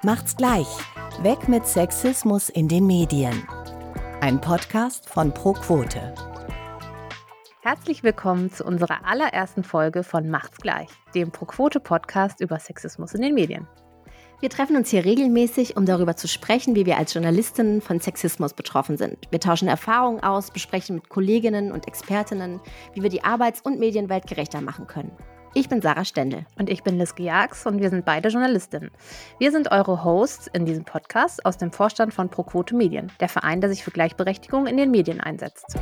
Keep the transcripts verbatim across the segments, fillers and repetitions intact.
Macht's gleich. Weg mit Sexismus in den Medien. Ein Podcast von ProQuote. Herzlich willkommen zu unserer allerersten Folge von Macht's gleich, dem ProQuote-Podcast über Sexismus in den Medien. Wir treffen uns hier regelmäßig, um darüber zu sprechen, wie wir als Journalistinnen von Sexismus betroffen sind. Wir tauschen Erfahrungen aus, besprechen mit Kolleginnen und Expertinnen, wie wir die Arbeits- und Medienwelt gerechter machen können. Ich bin Sarah Stendel. Und ich bin Liske Jax und wir sind beide Journalistinnen. Wir sind eure Hosts in diesem Podcast aus dem Vorstand von ProQuote Medien, der Verein, der sich für Gleichberechtigung in den Medien einsetzt.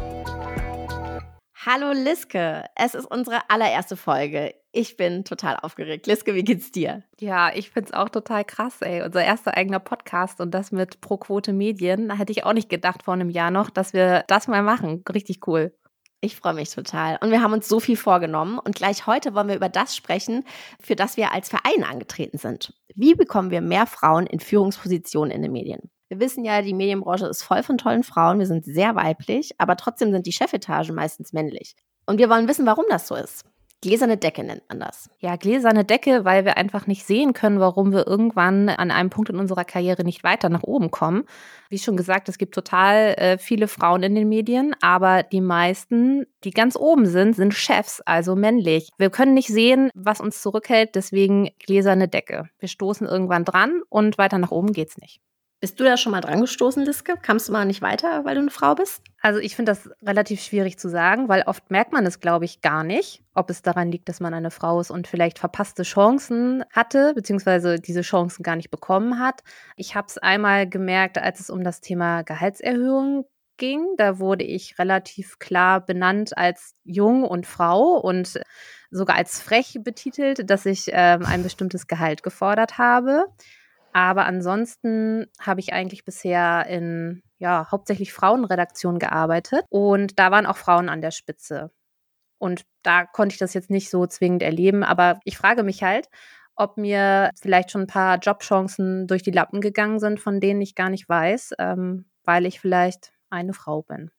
Hallo Liske, es ist unsere allererste Folge. Ich bin total aufgeregt. Liske, wie geht's dir? Ja, ich find's auch total krass, ey. Unser erster eigener Podcast und das mit ProQuote Medien. Da hätte ich auch nicht gedacht vor einem Jahr noch, dass wir das mal machen. Richtig cool. Ich freue mich total. Und wir haben uns so viel vorgenommen. Und gleich heute wollen wir über das sprechen, für das wir als Verein angetreten sind. Wie bekommen wir mehr Frauen in Führungspositionen in den Medien? Wir wissen ja, die Medienbranche ist voll von tollen Frauen. Wir sind sehr weiblich, aber trotzdem sind die Chefetagen meistens männlich. Und wir wollen wissen, warum das so ist. Gläserne Decke nennt man das. Ja, gläserne Decke, weil wir einfach nicht sehen können, warum wir irgendwann an einem Punkt in unserer Karriere nicht weiter nach oben kommen. Wie schon gesagt, es gibt total äh, viele Frauen in den Medien, aber die meisten, die ganz oben sind, sind Chefs, also männlich. Wir können nicht sehen, was uns zurückhält, deswegen gläserne Decke. Wir stoßen irgendwann dran und weiter nach oben geht's nicht. Bist du da schon mal dran gestoßen, Liske? Kamst du mal nicht weiter, weil du eine Frau bist? Also ich finde das relativ schwierig zu sagen, weil oft merkt man es, glaube ich, gar nicht, ob es daran liegt, dass man eine Frau ist und vielleicht verpasste Chancen hatte, beziehungsweise diese Chancen gar nicht bekommen hat. Ich habe es einmal gemerkt, als es um das Thema Gehaltserhöhung ging. Da wurde ich relativ klar benannt als jung und Frau und sogar als frech betitelt, dass ich ähm, ein bestimmtes Gehalt gefordert habe. Aber ansonsten habe ich eigentlich bisher in ja hauptsächlich Frauenredaktionen gearbeitet und da waren auch Frauen an der Spitze. Und da konnte ich das jetzt nicht so zwingend erleben, aber ich frage mich halt, ob mir vielleicht schon ein paar Jobchancen durch die Lappen gegangen sind, von denen ich gar nicht weiß, ähm, weil ich vielleicht eine Frau bin.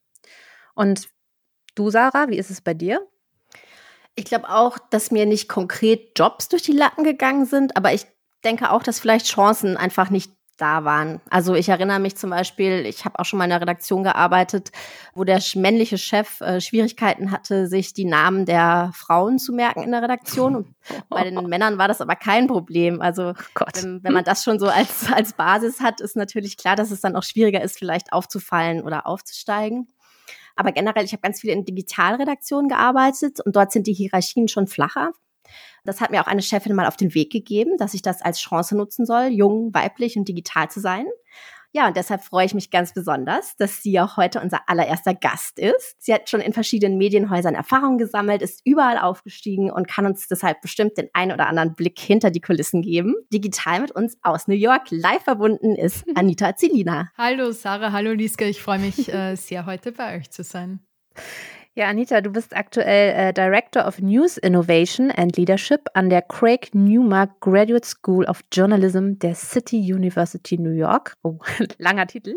Und du, Sarah, wie ist es bei dir? Ich glaube auch, dass mir nicht konkret Jobs durch die Lappen gegangen sind, aber ich denke auch, dass vielleicht Chancen einfach nicht da waren. Also ich erinnere mich zum Beispiel, ich habe auch schon mal in einer Redaktion gearbeitet, wo der männliche Chef äh, Schwierigkeiten hatte, sich die Namen der Frauen zu merken in der Redaktion. Und bei den Männern war das aber kein Problem. Also oh wenn, wenn man das schon so als, als Basis hat, ist natürlich klar, dass es dann auch schwieriger ist, vielleicht aufzufallen oder aufzusteigen. Aber generell, ich habe ganz viel in Digitalredaktionen gearbeitet und dort sind die Hierarchien schon flacher. Das hat mir auch eine Chefin mal auf den Weg gegeben, dass ich das als Chance nutzen soll, jung, weiblich und digital zu sein. Ja, und deshalb freue ich mich ganz besonders, dass sie auch heute unser allererster Gast ist. Sie hat schon in verschiedenen Medienhäusern Erfahrung gesammelt, ist überall aufgestiegen und kann uns deshalb bestimmt den einen oder anderen Blick hinter die Kulissen geben. Digital mit uns aus New York live verbunden ist Anita Zelina. Hallo Sarah, hallo Liske, ich freue mich äh, sehr, heute bei euch zu sein. Ja, Anita, du bist aktuell äh, Director of News Innovation and Leadership an der Craig Newmark Graduate School of Journalism der City University New York. Oh, langer Titel.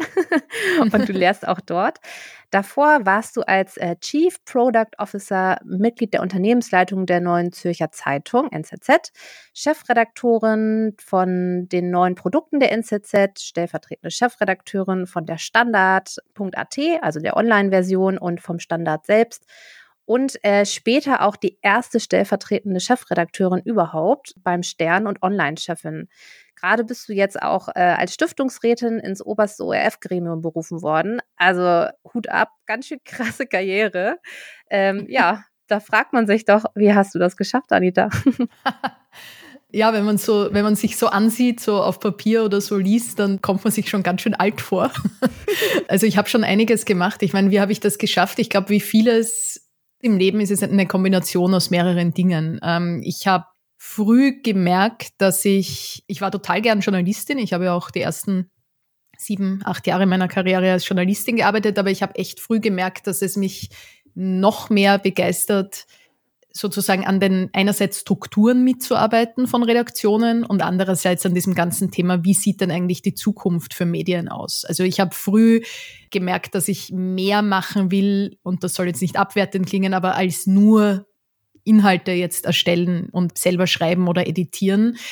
Und du lehrst auch dort. Davor warst du als äh, Chief Product Officer Mitglied der Unternehmensleitung der Neuen Zürcher Zeitung, N Z Z, Chefredaktorin von den neuen Produkten der N Z Z, stellvertretende Chefredakteurin von der Standard Punkt a t, also der Online-Version und vom Standard selbst. Und äh, später auch die erste stellvertretende Chefredakteurin überhaupt beim Stern und Online-Chefin. Gerade bist du jetzt auch äh, als Stiftungsrätin ins oberste O R F-Gremium berufen worden. Also Hut ab, ganz schön krasse Karriere. Ähm, ja, da fragt man sich doch, wie hast du das geschafft, Anita? Ja, wenn man so, wenn man sich so ansieht, so auf Papier oder so liest, dann kommt man sich schon ganz schön alt vor. Also ich habe schon einiges gemacht. Ich meine, wie habe ich das geschafft? Ich glaube, wie vieles im Leben ist es eine Kombination aus mehreren Dingen. Ähm, ich habe früh gemerkt, dass ich, ich war total gern Journalistin. Ich habe ja auch die ersten sieben, acht Jahre meiner Karriere als Journalistin gearbeitet, aber ich habe echt früh gemerkt, dass es mich noch mehr begeistert, sozusagen an den einerseits Strukturen mitzuarbeiten von Redaktionen und andererseits an diesem ganzen Thema, wie sieht denn eigentlich die Zukunft für Medien aus? Also ich habe früh gemerkt, dass ich mehr machen will, und das soll jetzt nicht abwertend klingen, aber als nur Inhalte jetzt erstellen und selber schreiben oder editieren.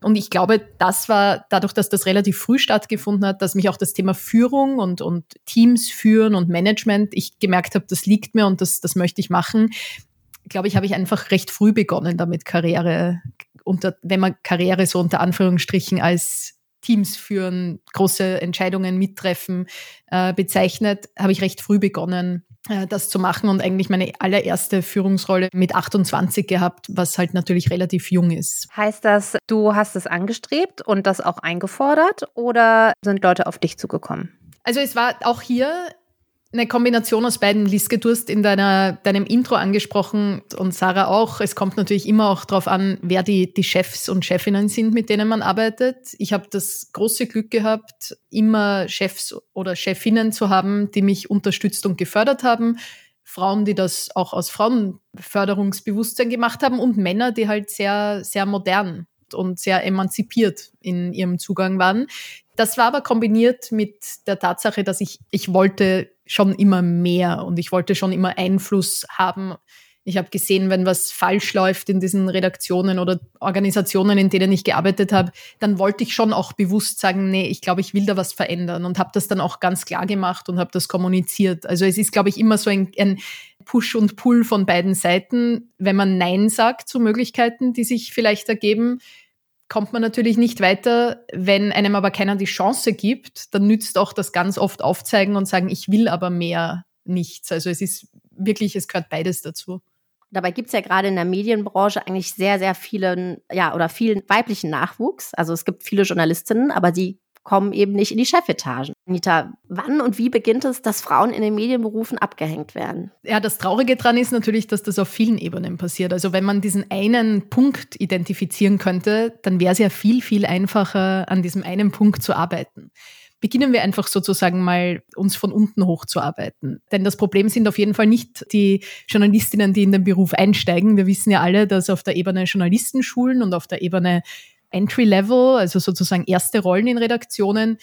Und ich glaube, das war dadurch, dass das relativ früh stattgefunden hat, dass mich auch das Thema Führung und, und Teams führen und Management, ich gemerkt habe, das liegt mir und das, das möchte ich machen. Glaube ich, habe ich einfach recht früh begonnen damit, Karriere, unter, wenn man Karriere so unter Anführungsstrichen als Teams führen, große Entscheidungen mittreffen äh, bezeichnet, habe ich recht früh begonnen, äh, das zu machen und eigentlich meine allererste Führungsrolle mit achtundzwanzig gehabt, was halt natürlich relativ jung ist. Heißt das, du hast es angestrebt und das auch eingefordert oder sind Leute auf dich zugekommen? Also es war auch hier eine Kombination aus beiden. Liske, du hast in deiner, deinem Intro angesprochen und Sarah auch. Es kommt natürlich immer auch darauf an, wer die, die Chefs und Chefinnen sind, mit denen man arbeitet. Ich habe das große Glück gehabt, immer Chefs oder Chefinnen zu haben, die mich unterstützt und gefördert haben. Frauen, die das auch aus Frauenförderungsbewusstsein gemacht haben und Männer, die halt sehr, sehr modern und sehr emanzipiert in ihrem Zugang waren. Das war aber kombiniert mit der Tatsache, dass ich, ich wollte schon immer mehr und ich wollte schon immer Einfluss haben. Ich habe gesehen, wenn was falsch läuft in diesen Redaktionen oder Organisationen, in denen ich gearbeitet habe, dann wollte ich schon auch bewusst sagen, nee, ich glaube, ich will da was verändern und habe das dann auch ganz klar gemacht und habe das kommuniziert. Also es ist, glaube ich, immer so ein, ein Push und Pull von beiden Seiten. Wenn man Nein sagt zu Möglichkeiten, die sich vielleicht ergeben, kommt man natürlich nicht weiter. Wenn einem aber keiner die Chance gibt, dann nützt auch das ganz oft aufzeigen und sagen, ich will aber mehr nichts. Also es ist wirklich, es gehört beides dazu. Dabei gibt es ja gerade in der Medienbranche eigentlich sehr, sehr vielen, ja, oder vielen weiblichen Nachwuchs. Also es gibt viele Journalistinnen, aber die kommen eben nicht in die Chefetagen. Anita, wann und wie beginnt es, dass Frauen in den Medienberufen abgehängt werden? Ja, das Traurige dran ist natürlich, dass das auf vielen Ebenen passiert. Also wenn man diesen einen Punkt identifizieren könnte, dann wäre es ja viel, viel einfacher, an diesem einen Punkt zu arbeiten. Beginnen wir einfach sozusagen mal, uns von unten hochzuarbeiten. Denn das Problem sind auf jeden Fall nicht die Journalistinnen, die in den Beruf einsteigen. Wir wissen ja alle, dass auf der Ebene Journalistenschulen und auf der Ebene Entry-Level, also sozusagen erste Rollen in Redaktionen,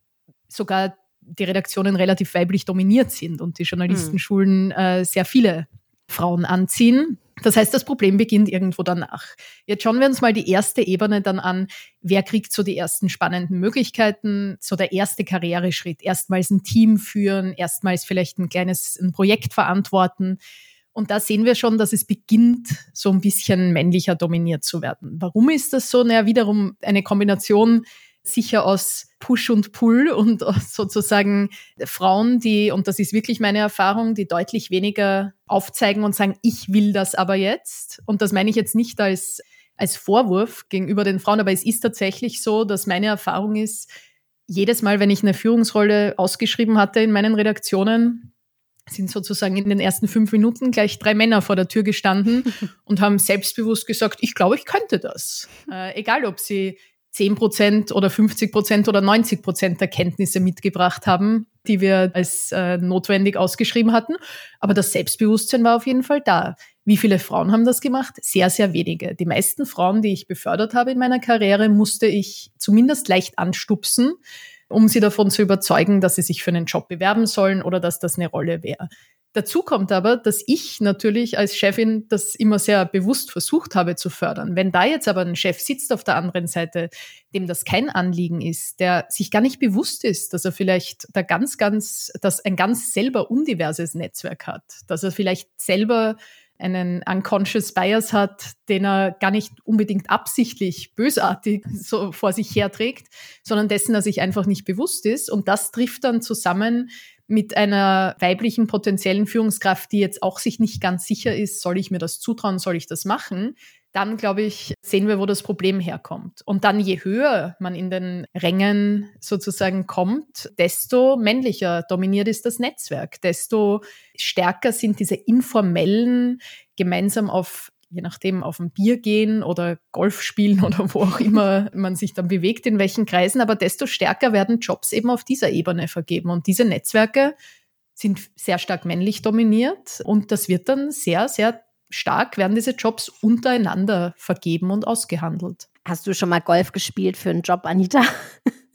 sogar die Redaktionen relativ weiblich dominiert sind und die Journalistenschulen äh, sehr viele Frauen anziehen. Das heißt, das Problem beginnt irgendwo danach. Jetzt schauen wir uns mal die erste Ebene dann an. Wer kriegt so die ersten spannenden Möglichkeiten? So der erste Karriereschritt. Erstmals ein Team führen, erstmals vielleicht ein kleines ein Projekt verantworten. Und da sehen wir schon, dass es beginnt, so ein bisschen männlicher dominiert zu werden. Warum ist das so? Naja, wiederum eine Kombination sicher aus Push und Pull und aus sozusagen Frauen, die, und das ist wirklich meine Erfahrung, die deutlich weniger aufzeigen und sagen, ich will das aber jetzt. Und das meine ich jetzt nicht als, als Vorwurf gegenüber den Frauen, aber es ist tatsächlich so, dass meine Erfahrung ist, jedes Mal, wenn ich eine Führungsrolle ausgeschrieben hatte in meinen Redaktionen, sind sozusagen in den ersten fünf Minuten gleich drei Männer vor der Tür gestanden und haben selbstbewusst gesagt, ich glaube, ich könnte das. Äh, egal, ob sie zehn Prozent oder fünfzig Prozent oder neunzig Prozent der Kenntnisse mitgebracht haben, die wir als äh, notwendig ausgeschrieben hatten. Aber das Selbstbewusstsein war auf jeden Fall da. Wie viele Frauen haben das gemacht? Sehr, sehr wenige. Die meisten Frauen, die ich befördert habe in meiner Karriere, musste ich zumindest leicht anstupsen, um sie davon zu überzeugen, dass sie sich für einen Job bewerben sollen oder dass das eine Rolle wäre. Dazu kommt aber, dass ich natürlich als Chefin das immer sehr bewusst versucht habe zu fördern. Wenn da jetzt aber ein Chef sitzt auf der anderen Seite, dem das kein Anliegen ist, der sich gar nicht bewusst ist, dass er vielleicht da ganz, ganz, dass ein ganz selber undiverses Netzwerk hat, dass er vielleicht selber einen unconscious bias hat, den er gar nicht unbedingt absichtlich bösartig so vor sich herträgt, sondern dessen er sich einfach nicht bewusst ist. Und das trifft dann zusammen mit einer weiblichen potenziellen Führungskraft, die jetzt auch sich nicht ganz sicher ist, soll ich mir das zutrauen, soll ich das machen? Dann, glaube ich, sehen wir, wo das Problem herkommt. Und dann, je höher man in den Rängen sozusagen kommt, desto männlicher dominiert ist das Netzwerk, desto stärker sind diese informellen, gemeinsam auf, je nachdem, auf ein Bier gehen oder Golf spielen oder wo auch immer man sich dann bewegt, in welchen Kreisen, aber desto stärker werden Jobs eben auf dieser Ebene vergeben. Und diese Netzwerke sind sehr stark männlich dominiert und das wird dann sehr, sehr stark werden diese Jobs untereinander vergeben und ausgehandelt. Hast du schon mal Golf gespielt für einen Job, Anita?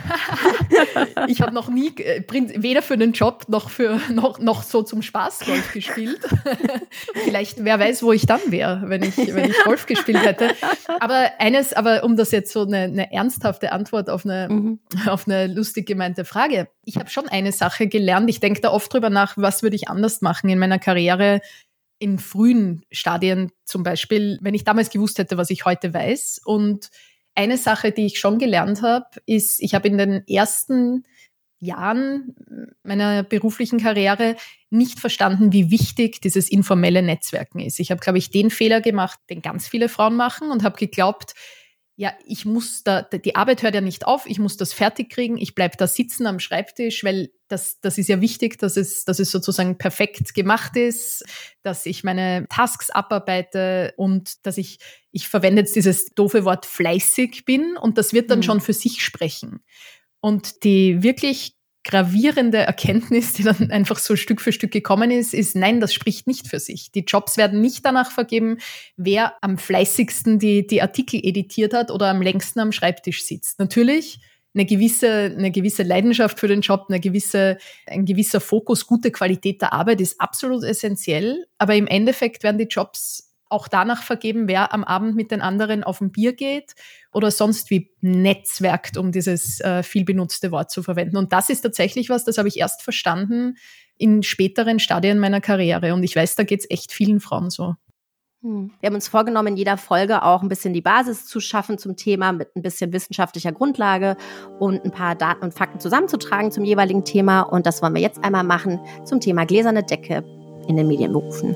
Ich habe noch nie, weder für den Job noch, für, noch, noch so zum Spaß Golf gespielt. Vielleicht, wer weiß, wo ich dann wäre, wenn ich, wenn ich Golf gespielt hätte. Aber eines, aber um das jetzt so eine, eine ernsthafte Antwort auf eine, mhm. auf eine lustig gemeinte Frage. Ich habe schon eine Sache gelernt. Ich denke da oft drüber nach, was würde ich anders machen in meiner Karriere in frühen Stadien zum Beispiel, wenn ich damals gewusst hätte, was ich heute weiß. Und eine Sache, die ich schon gelernt habe, ist, ich habe in den ersten Jahren meiner beruflichen Karriere nicht verstanden, wie wichtig dieses informelle Netzwerken ist. Ich habe, glaube ich, den Fehler gemacht, den ganz viele Frauen machen und habe geglaubt, ja, ich muss da, die Arbeit hört ja nicht auf, ich muss das fertig kriegen, ich bleib da sitzen am Schreibtisch, weil das, das ist ja wichtig, dass es, dass es sozusagen perfekt gemacht ist, dass ich meine Tasks abarbeite und dass ich, ich verwende jetzt dieses doofe Wort fleißig bin und das wird dann mhm. schon für sich sprechen. Und die wirklich gravierende Erkenntnis, die dann einfach so Stück für Stück gekommen ist, ist, nein, das spricht nicht für sich. Die Jobs werden nicht danach vergeben, wer am fleißigsten die, die Artikel editiert hat oder am längsten am Schreibtisch sitzt. Natürlich eine gewisse, eine gewisse Leidenschaft für den Job, eine gewisse, ein gewisser Fokus, gute Qualität der Arbeit ist absolut essentiell, aber im Endeffekt werden die Jobs auch danach vergeben, wer am Abend mit den anderen auf ein Bier geht oder sonst wie netzwerkt, um dieses äh, viel benutzte Wort zu verwenden. Und das ist tatsächlich was, das habe ich erst verstanden in späteren Stadien meiner Karriere. Und ich weiß, da geht es echt vielen Frauen so. Wir haben uns vorgenommen, in jeder Folge auch ein bisschen die Basis zu schaffen zum Thema mit ein bisschen wissenschaftlicher Grundlage und ein paar Daten und Fakten zusammenzutragen zum jeweiligen Thema. Und das wollen wir jetzt einmal machen zum Thema gläserne Decke in den Medienberufen.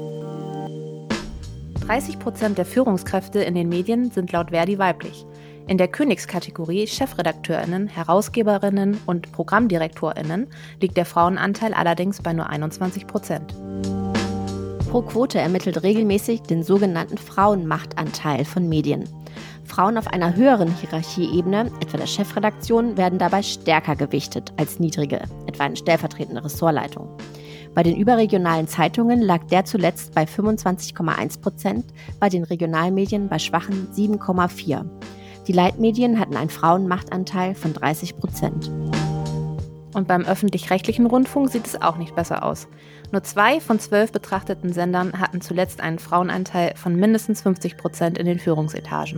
dreißig Prozent der Führungskräfte in den Medien sind laut Verdi weiblich. In der Königskategorie ChefredakteurInnen, HerausgeberInnen und ProgrammdirektorInnen liegt der Frauenanteil allerdings bei nur einundzwanzig Prozent. ProQuote ermittelt regelmäßig den sogenannten Frauenmachtanteil von Medien. Frauen auf einer höheren Hierarchieebene, etwa der Chefredaktion, werden dabei stärker gewichtet als niedrige, etwa eine stellvertretende Ressortleitung. Bei den überregionalen Zeitungen lag der zuletzt bei fünfundzwanzig Komma eins Prozent, bei den Regionalmedien bei schwachen sieben Komma vier. Die Leitmedien hatten einen Frauenmachtanteil von dreißig Prozent. Und beim öffentlich-rechtlichen Rundfunk sieht es auch nicht besser aus. Nur zwei von zwölf betrachteten Sendern hatten zuletzt einen Frauenanteil von mindestens fünfzig Prozent in den Führungsetagen.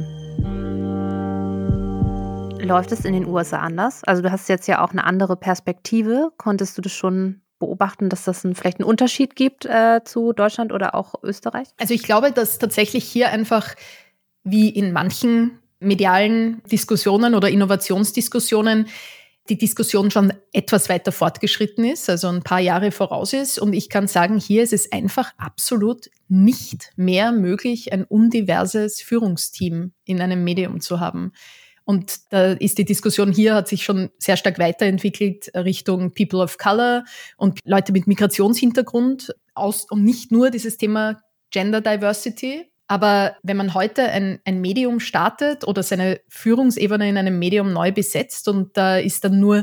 Läuft es in den U S A anders? Also du hast jetzt ja auch eine andere Perspektive. Konntest du das schon beobachten, dass das ein, vielleicht einen Unterschied gibt äh, zu Deutschland oder auch Österreich? Also ich glaube, dass tatsächlich hier einfach wie in manchen medialen Diskussionen oder Innovationsdiskussionen die Diskussion schon etwas weiter fortgeschritten ist, also ein paar Jahre voraus ist. Und ich kann sagen, hier ist es einfach absolut nicht mehr möglich, ein undiverses Führungsteam in einem Medium zu haben. Und da ist die Diskussion hier, hat sich schon sehr stark weiterentwickelt Richtung People of Color und Leute mit Migrationshintergrund aus und nicht nur dieses Thema Gender Diversity. Aber wenn man heute ein, ein Medium startet oder seine Führungsebene in einem Medium neu besetzt und da ist dann nur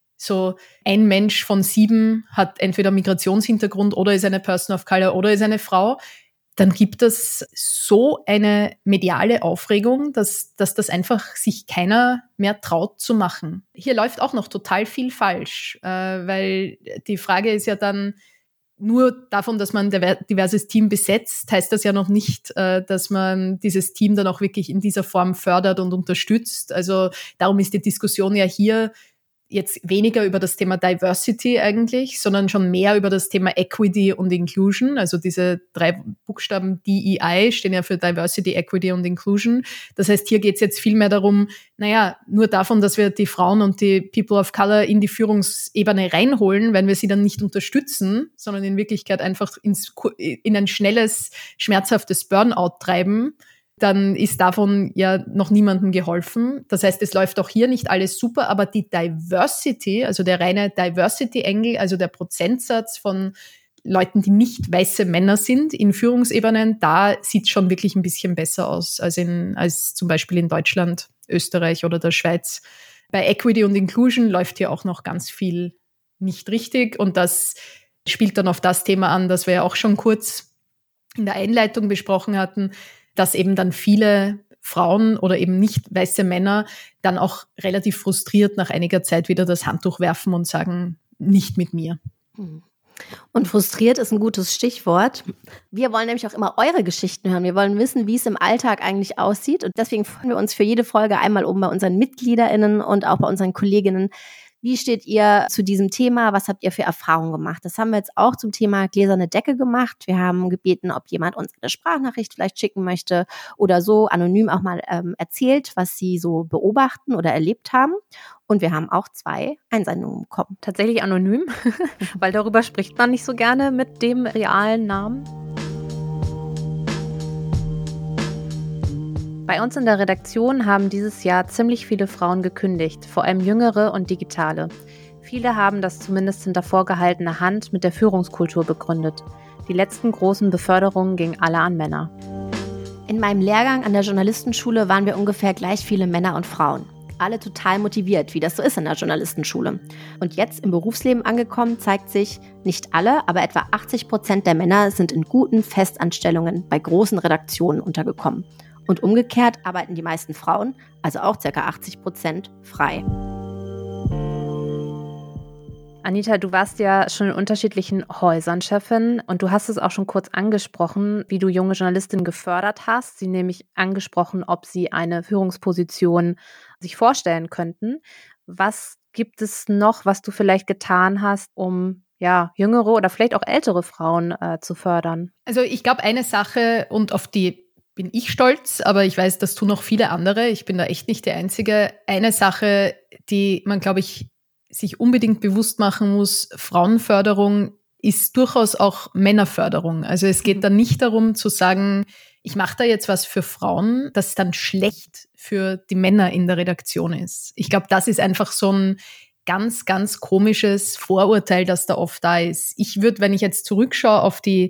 so ein Mensch von sieben hat entweder Migrationshintergrund oder ist eine Person of Color oder ist eine Frau, dann gibt es so eine mediale Aufregung, dass, dass das einfach sich keiner mehr traut zu machen. Hier läuft auch noch total viel falsch, äh, weil die Frage ist ja dann, nur davon, dass man ein diverses Team besetzt, heißt das ja noch nicht, äh, dass man dieses Team dann auch wirklich in dieser Form fördert und unterstützt. Also darum ist die Diskussion ja hier jetzt weniger über das Thema Diversity eigentlich, sondern schon mehr über das Thema Equity und Inclusion. Also diese drei Buchstaben D E I stehen ja für Diversity, Equity und Inclusion. Das heißt, hier geht es jetzt viel mehr darum, naja, nur davon, dass wir die Frauen und die People of Color in die Führungsebene reinholen, wenn wir sie dann nicht unterstützen, sondern in Wirklichkeit einfach ins, in ein schnelles, schmerzhaftes Burnout treiben, dann ist davon ja noch niemandem geholfen. Das heißt, es läuft auch hier nicht alles super, aber die Diversity, also der reine Diversity-Angle, also der Prozentsatz von Leuten, die nicht weiße Männer sind in Führungsebenen, da sieht es schon wirklich ein bisschen besser aus als, in, als zum Beispiel in Deutschland, Österreich oder der Schweiz. Bei Equity und Inclusion läuft hier auch noch ganz viel nicht richtig und das spielt dann auf das Thema an, das wir ja auch schon kurz in der Einleitung besprochen hatten, dass eben dann viele Frauen oder eben nicht weiße Männer dann auch relativ frustriert nach einiger Zeit wieder das Handtuch werfen und sagen, nicht mit mir. Und frustriert ist ein gutes Stichwort. Wir wollen nämlich auch immer eure Geschichten hören. Wir wollen wissen, wie es im Alltag eigentlich aussieht. Und deswegen freuen wir uns für jede Folge einmal um bei unseren MitgliederInnen und auch bei unseren Kolleginnen. Wie steht ihr zu diesem Thema? Was habt ihr für Erfahrungen gemacht? Das haben wir jetzt auch zum Thema gläserne Decke gemacht. Wir haben gebeten, ob jemand uns eine Sprachnachricht vielleicht schicken möchte oder so anonym auch mal ähm, erzählt, was sie so beobachten oder erlebt haben. Und wir haben auch zwei Einsendungen bekommen. Tatsächlich anonym, weil darüber spricht man nicht so gerne mit dem realen Namen. Bei uns in der Redaktion haben dieses Jahr ziemlich viele Frauen gekündigt, vor allem jüngere und digitale. Viele haben das zumindest hinter vorgehaltener Hand mit der Führungskultur begründet. Die letzten großen Beförderungen gingen alle an Männer. In meinem Lehrgang an der Journalistenschule waren wir ungefähr gleich viele Männer und Frauen. Alle total motiviert, wie das so ist in der Journalistenschule. Und jetzt im Berufsleben angekommen, zeigt sich, nicht alle, aber etwa achtzig Prozent der Männer sind in guten Festanstellungen bei großen Redaktionen untergekommen. Und umgekehrt arbeiten die meisten Frauen, also auch ca. achtzig Prozent, frei. Anita, du warst ja schon in unterschiedlichen Häusern Chefin und du hast es auch schon kurz angesprochen, wie du junge Journalistinnen gefördert hast. Sie nämlich angesprochen, ob sie eine Führungsposition sich vorstellen könnten. Was gibt es noch, was du vielleicht getan hast, um ja, jüngere oder vielleicht auch ältere Frauen äh, zu fördern? Also ich glaube, eine Sache, und auf die bin ich stolz, aber ich weiß, das tun noch viele andere. Ich bin da echt nicht die Einzige. Eine Sache, die man, glaube ich, sich unbedingt bewusst machen muss, Frauenförderung ist durchaus auch Männerförderung. Also es geht dann nicht darum zu sagen, ich mache da jetzt was für Frauen, das dann schlecht für die Männer in der Redaktion ist. Ich glaube, das ist einfach so ein ganz, ganz komisches Vorurteil, das da oft da ist. Ich würde, wenn ich jetzt zurückschaue auf die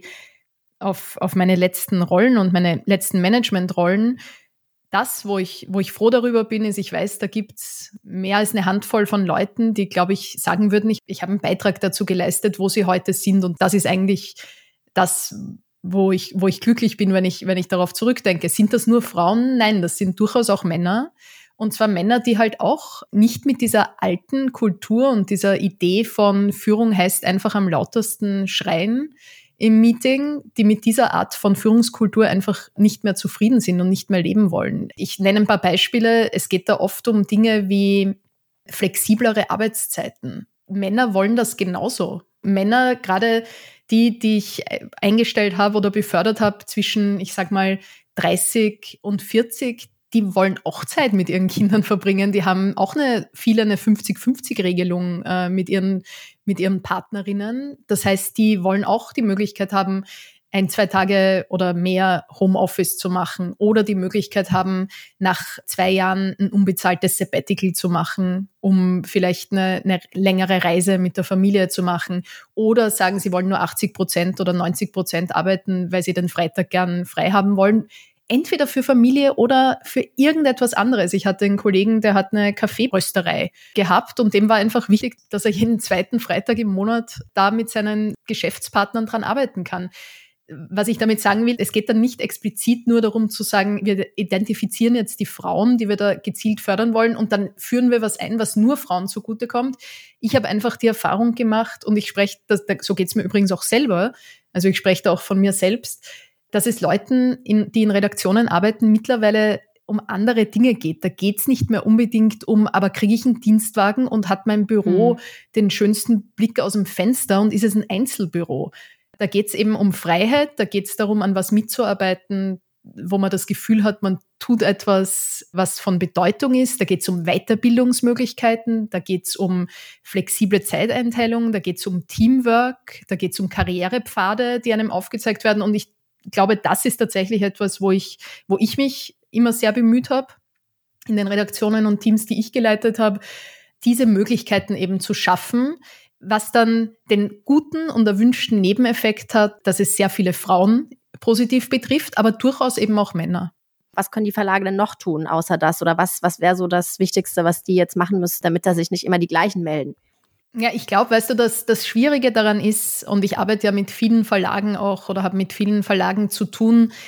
Auf, auf meine letzten Rollen und meine letzten Managementrollen. Das, wo ich, wo ich froh darüber bin, ist, ich weiß, da gibt's mehr als eine Handvoll von Leuten, die, glaube ich, sagen würden, ich, ich habe einen Beitrag dazu geleistet, wo sie heute sind. Und das ist eigentlich das, wo ich, wo ich glücklich bin, wenn ich, wenn ich darauf zurückdenke. Sind das nur Frauen? Nein, das sind durchaus auch Männer. Und zwar Männer, die halt auch nicht mit dieser alten Kultur und dieser Idee von Führung heißt einfach am lautesten schreien im Meeting, die mit dieser Art von Führungskultur einfach nicht mehr zufrieden sind und nicht mehr leben wollen. Ich nenne ein paar Beispiele. Es geht da oft um Dinge wie flexiblere Arbeitszeiten. Männer wollen das genauso. Männer, gerade die, die ich eingestellt habe oder befördert habe zwischen, ich sag mal, dreißig und vierzig, die wollen auch Zeit mit ihren Kindern verbringen. Die haben auch eine, viele eine fünfzig-fünfzig-Regelung äh, mit ihren, mit ihren Partnerinnen. Das heißt, die wollen auch die Möglichkeit haben, ein, zwei Tage oder mehr Homeoffice zu machen oder die Möglichkeit haben, nach zwei Jahren ein unbezahltes Sabbatical zu machen, um vielleicht eine, eine längere Reise mit der Familie zu machen. Oder sagen, sie wollen nur achtzig Prozent oder neunzig Prozent arbeiten, weil sie den Freitag gern frei haben wollen. Entweder für Familie oder für irgendetwas anderes. Ich hatte einen Kollegen, der hat eine Kaffeerösterei gehabt und dem war einfach wichtig, dass er jeden zweiten Freitag im Monat da mit seinen Geschäftspartnern dran arbeiten kann. Was ich damit sagen will, es geht dann nicht explizit nur darum zu sagen, wir identifizieren jetzt die Frauen, die wir da gezielt fördern wollen und dann führen wir was ein, was nur Frauen zugutekommt. Ich habe einfach die Erfahrung gemacht und ich spreche, das, so geht es mir übrigens auch selber, also ich spreche da auch von mir selbst, dass es Leuten, in, die in Redaktionen arbeiten, mittlerweile um andere Dinge geht. Da geht es nicht mehr unbedingt um, aber kriege ich einen Dienstwagen und hat mein Büro mhm. den schönsten Blick aus dem Fenster und ist es ein Einzelbüro? Da geht es eben um Freiheit, da geht es darum, an was mitzuarbeiten, wo man das Gefühl hat, man tut etwas, was von Bedeutung ist. Da geht es um Weiterbildungsmöglichkeiten, da geht es um flexible Zeiteinteilung, da geht es um Teamwork, da geht es um Karrierepfade, die einem aufgezeigt werden. Und ich Ich glaube, das ist tatsächlich etwas, wo ich, wo ich mich immer sehr bemüht habe, in den Redaktionen und Teams, die ich geleitet habe, diese Möglichkeiten eben zu schaffen, was dann den guten und erwünschten Nebeneffekt hat, dass es sehr viele Frauen positiv betrifft, aber durchaus eben auch Männer. Was können die Verlage denn noch tun, außer das? Oder was, was wäre so das Wichtigste, was die jetzt machen müssen, damit da sich nicht immer die gleichen melden? Ja, ich glaube, weißt du, dass das Schwierige daran ist, und ich arbeite ja mit vielen Verlagen auch oder habe mit vielen Verlagen zu tun,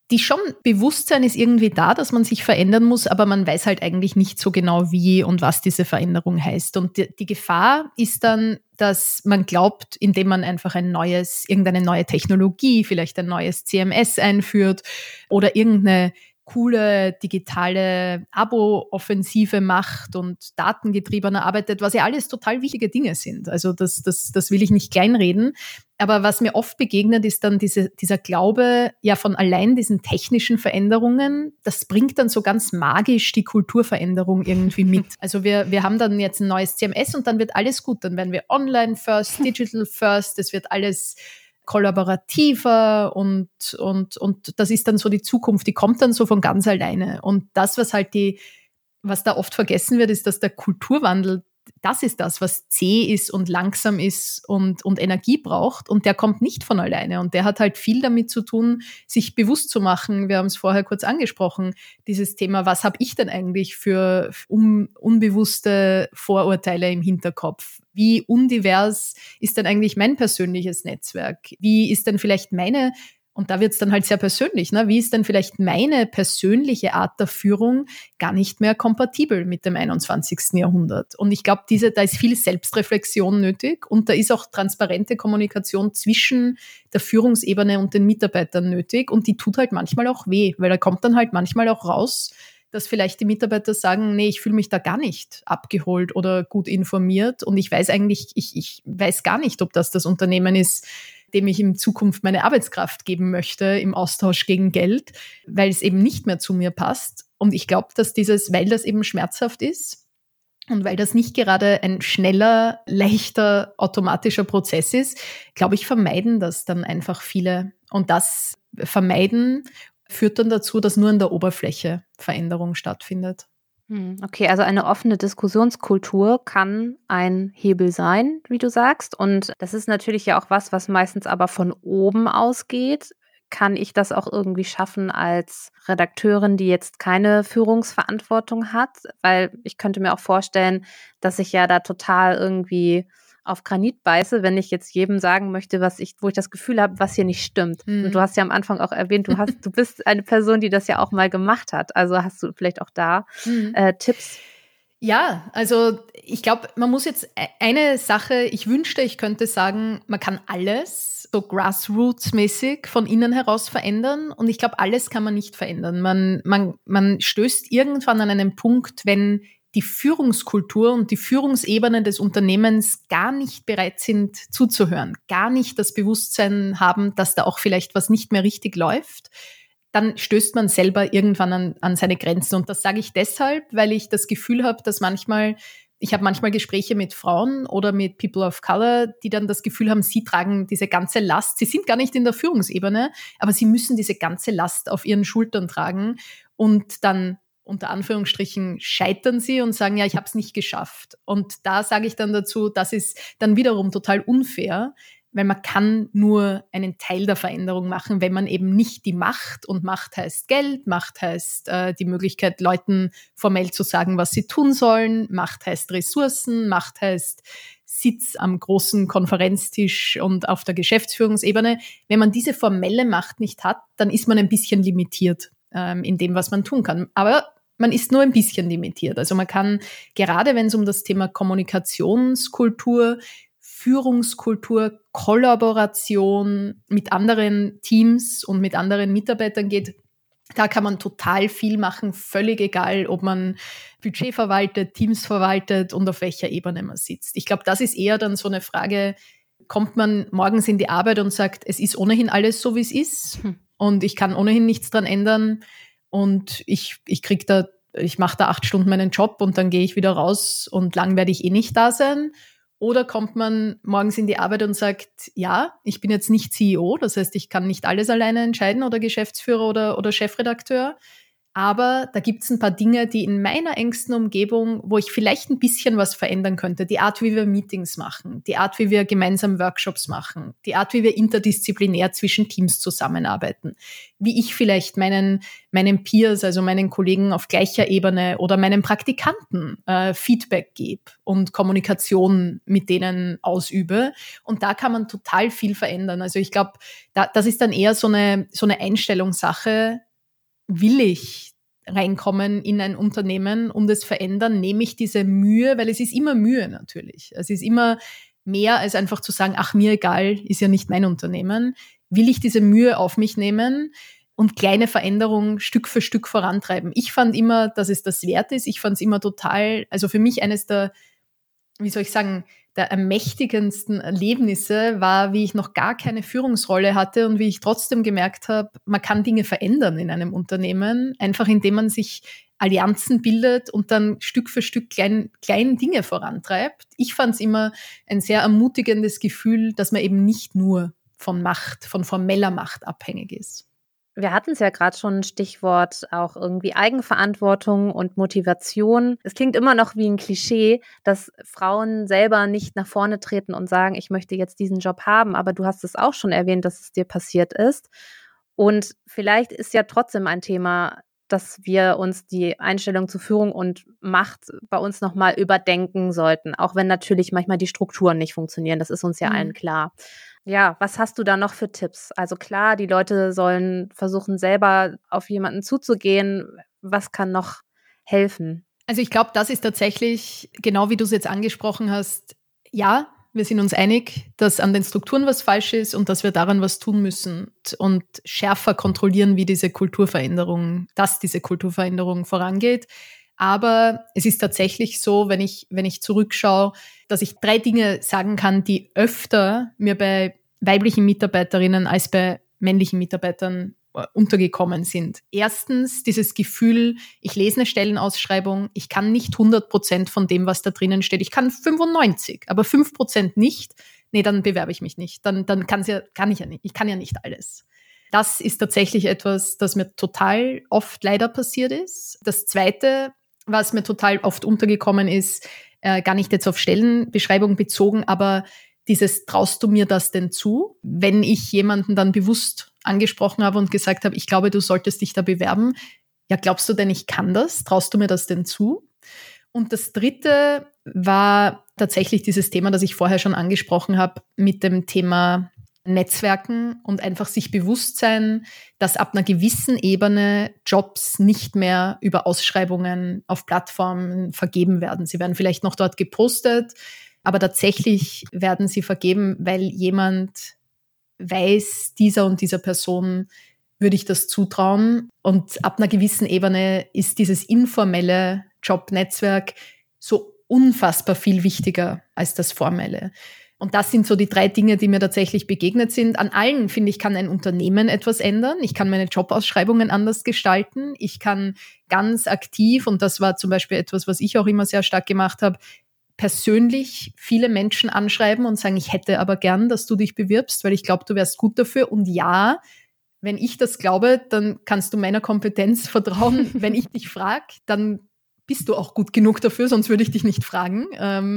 die schon, Bewusstsein ist irgendwie da, dass man sich verändern muss, aber man weiß halt eigentlich nicht so genau, wie und was diese Veränderung heißt. Und die, die Gefahr ist dann, dass man glaubt, indem man einfach ein neues, irgendeine neue Technologie, vielleicht ein neues C M S einführt oder irgendeine coole digitale Abo-Offensive macht und datengetriebener arbeitet, was ja alles total wichtige Dinge sind. Also das, das, das will ich nicht kleinreden. Aber was mir oft begegnet, ist dann diese, dieser Glaube, ja, von allein diesen technischen Veränderungen, das bringt dann so ganz magisch die Kulturveränderung irgendwie mit. Also wir, wir haben dann jetzt ein neues C M S und dann wird alles gut. Dann werden wir online first, digital first, es wird alles kollaborativer und, und, und das ist dann so die Zukunft, die kommt dann so von ganz alleine. Und das, was halt die, was da oft vergessen wird, ist, dass der Kulturwandel, das ist das, was zäh ist und langsam ist und, und Energie braucht und der kommt nicht von alleine und der hat halt viel damit zu tun, sich bewusst zu machen, wir haben es vorher kurz angesprochen, dieses Thema, was habe ich denn eigentlich für un, unbewusste Vorurteile im Hinterkopf? Wie undivers ist denn eigentlich mein persönliches Netzwerk? Wie ist denn vielleicht meine, und da wird es dann halt sehr persönlich, ne? Wie ist denn vielleicht meine persönliche Art der Führung gar nicht mehr kompatibel mit dem einundzwanzigsten Jahrhundert? Und ich glaube, diese, da ist viel Selbstreflexion nötig und da ist auch transparente Kommunikation zwischen der Führungsebene und den Mitarbeitern nötig und die tut halt manchmal auch weh, weil da kommt dann halt manchmal auch raus, dass vielleicht die Mitarbeiter sagen, nee, ich fühle mich da gar nicht abgeholt oder gut informiert und ich weiß eigentlich, ich, ich weiß gar nicht, ob das das Unternehmen ist, dem ich in Zukunft meine Arbeitskraft geben möchte im Austausch gegen Geld, weil es eben nicht mehr zu mir passt. Und ich glaube, dass dieses, weil das eben schmerzhaft ist und weil das nicht gerade ein schneller, leichter, automatischer Prozess ist, glaube ich, vermeiden das dann einfach viele. Und das Vermeiden führt dann dazu, dass nur an der Oberfläche Veränderung stattfindet. Okay, also eine offene Diskussionskultur kann ein Hebel sein, wie du sagst. Und das ist natürlich ja auch was, was meistens aber von oben ausgeht. Kann ich das auch irgendwie schaffen als Redakteurin, die jetzt keine Führungsverantwortung hat? Weil ich könnte mir auch vorstellen, dass ich ja da total irgendwie auf Granit beiße, wenn ich jetzt jedem sagen möchte, was ich, wo ich das Gefühl habe, was hier nicht stimmt. Mhm. Und du hast ja am Anfang auch erwähnt, du hast, du bist eine Person, die das ja auch mal gemacht hat. Also hast du vielleicht auch da mhm. äh, Tipps? Ja, also ich glaube, man muss jetzt eine Sache, ich wünschte, ich könnte sagen, man kann alles so grassroots-mäßig von innen heraus verändern und ich glaube, alles kann man nicht verändern. Man, man, man stößt irgendwann an einen Punkt, wenn die Führungskultur und die Führungsebenen des Unternehmens gar nicht bereit sind zuzuhören, gar nicht das Bewusstsein haben, dass da auch vielleicht was nicht mehr richtig läuft, dann stößt man selber irgendwann an, an seine Grenzen. Und das sage ich deshalb, weil ich das Gefühl habe, dass manchmal, ich habe manchmal Gespräche mit Frauen oder mit People of Color, die dann das Gefühl haben, sie tragen diese ganze Last. Sie sind gar nicht in der Führungsebene, aber sie müssen diese ganze Last auf ihren Schultern tragen und dann unter Anführungsstrichen scheitern sie und sagen, ja, ich habe es nicht geschafft. Und da sage ich dann dazu, das ist dann wiederum total unfair, weil man kann nur einen Teil der Veränderung machen, wenn man eben nicht die Macht, und Macht heißt Geld, Macht heißt äh, die Möglichkeit, Leuten formell zu sagen, was sie tun sollen, Macht heißt Ressourcen, Macht heißt Sitz am großen Konferenztisch und auf der Geschäftsführungsebene. Wenn man diese formelle Macht nicht hat, dann ist man ein bisschen limitiert ähm, in dem, was man tun kann. Aber man ist nur ein bisschen limitiert. Also man kann, gerade wenn es um das Thema Kommunikationskultur, Führungskultur, Kollaboration mit anderen Teams und mit anderen Mitarbeitern geht, da kann man total viel machen, völlig egal, ob man Budget verwaltet, Teams verwaltet und auf welcher Ebene man sitzt. Ich glaube, das ist eher dann so eine Frage, kommt man morgens in die Arbeit und sagt, es ist ohnehin alles so, wie es ist hm. und ich kann ohnehin nichts dran ändern und ich, ich krieg da, ich mache da acht Stunden meinen Job und dann gehe ich wieder raus und lang werde ich eh nicht da sein. Oder kommt man morgens in die Arbeit und sagt, ja, ich bin jetzt nicht C E O, das heißt, ich kann nicht alles alleine entscheiden oder Geschäftsführer oder, oder Chefredakteur, Aber da gibt es ein paar Dinge, die in meiner engsten Umgebung, wo ich vielleicht ein bisschen was verändern könnte. Die Art, wie wir Meetings machen, die Art, wie wir gemeinsam Workshops machen, die Art, wie wir interdisziplinär zwischen Teams zusammenarbeiten, wie ich vielleicht meinen, meinen Peers, also meinen Kollegen auf gleicher Ebene oder meinen Praktikanten äh, Feedback gebe und Kommunikation mit denen ausübe. Und da kann man total viel verändern. Also ich glaube, da, das ist dann eher so eine, so eine Einstellungssache. Will ich reinkommen in ein Unternehmen und es verändern, nehme ich diese Mühe, weil es ist immer Mühe natürlich. Es ist immer mehr als einfach zu sagen, ach, mir egal, ist ja nicht mein Unternehmen. Will ich diese Mühe auf mich nehmen und kleine Veränderungen Stück für Stück vorantreiben? Ich fand immer, dass es das wert ist. Ich fand es immer total, also für mich eines der, wie soll ich sagen, der ermächtigendsten Erlebnisse war, wie ich noch gar keine Führungsrolle hatte und wie ich trotzdem gemerkt habe, man kann Dinge verändern in einem Unternehmen, einfach indem man sich Allianzen bildet und dann Stück für Stück klein, kleine Dinge vorantreibt. Ich fand es immer ein sehr ermutigendes Gefühl, dass man eben nicht nur von Macht, von formeller Macht abhängig ist. Wir hatten es ja gerade schon, ein Stichwort auch irgendwie Eigenverantwortung und Motivation. Es klingt immer noch wie ein Klischee, dass Frauen selber nicht nach vorne treten und sagen, ich möchte jetzt diesen Job haben, aber du hast es auch schon erwähnt, dass es dir passiert ist. Und vielleicht ist ja trotzdem ein Thema, dass wir uns die Einstellung zu Führung und Macht bei uns nochmal überdenken sollten, auch wenn natürlich manchmal die Strukturen nicht funktionieren, das ist uns ja mhm. allen klar. Ja, was hast du da noch für Tipps? Also klar, die Leute sollen versuchen, selber auf jemanden zuzugehen. Was kann noch helfen? Also ich glaube, das ist tatsächlich, genau wie du es jetzt angesprochen hast, ja, wir sind uns einig, dass an den Strukturen was falsch ist und dass wir daran was tun müssen und schärfer kontrollieren, wie diese Kulturveränderung, dass diese Kulturveränderung vorangeht. Aber es ist tatsächlich so, wenn ich, wenn ich zurückschaue, dass ich drei Dinge sagen kann, die öfter mir bei weiblichen Mitarbeiterinnen als bei männlichen Mitarbeitern untergekommen sind. Erstens dieses Gefühl, ich lese eine Stellenausschreibung, ich kann nicht hundert Prozent von dem, was da drinnen steht. Ich kann fünfundneunzig, aber fünf Prozent nicht. Nee, dann bewerbe ich mich nicht. Dann, dann kann's ja, kann ich ja nicht. Ich kann ja nicht alles. Das ist tatsächlich etwas, das mir total oft leider passiert ist. Das Zweite, was mir total oft untergekommen ist, äh, gar nicht jetzt auf Stellenbeschreibung bezogen, aber dieses, traust du mir das denn zu? Wenn ich jemanden dann bewusst angesprochen habe und gesagt habe, ich glaube, du solltest dich da bewerben. Ja, glaubst du denn, ich kann das? Traust du mir das denn zu? Und das Dritte war tatsächlich dieses Thema, das ich vorher schon angesprochen habe, mit dem Thema Netzwerken und einfach sich bewusst sein, dass ab einer gewissen Ebene Jobs nicht mehr über Ausschreibungen auf Plattformen vergeben werden. Sie werden vielleicht noch dort gepostet, aber tatsächlich werden sie vergeben, weil jemand weiß, dieser und dieser Person würde ich das zutrauen. Und ab einer gewissen Ebene ist dieses informelle Jobnetzwerk so unfassbar viel wichtiger als das formelle. Und das sind so die drei Dinge, die mir tatsächlich begegnet sind. An allen, finde ich, kann ein Unternehmen etwas ändern. Ich kann meine Jobausschreibungen anders gestalten. Ich kann ganz aktiv, und das war zum Beispiel etwas, was ich auch immer sehr stark gemacht habe, persönlich viele Menschen anschreiben und sagen, ich hätte aber gern, dass du dich bewirbst, weil ich glaube, du wärst gut dafür. Und ja, wenn ich das glaube, dann kannst du meiner Kompetenz vertrauen. Wenn ich dich frage, dann bist du auch gut genug dafür, sonst würde ich dich nicht fragen.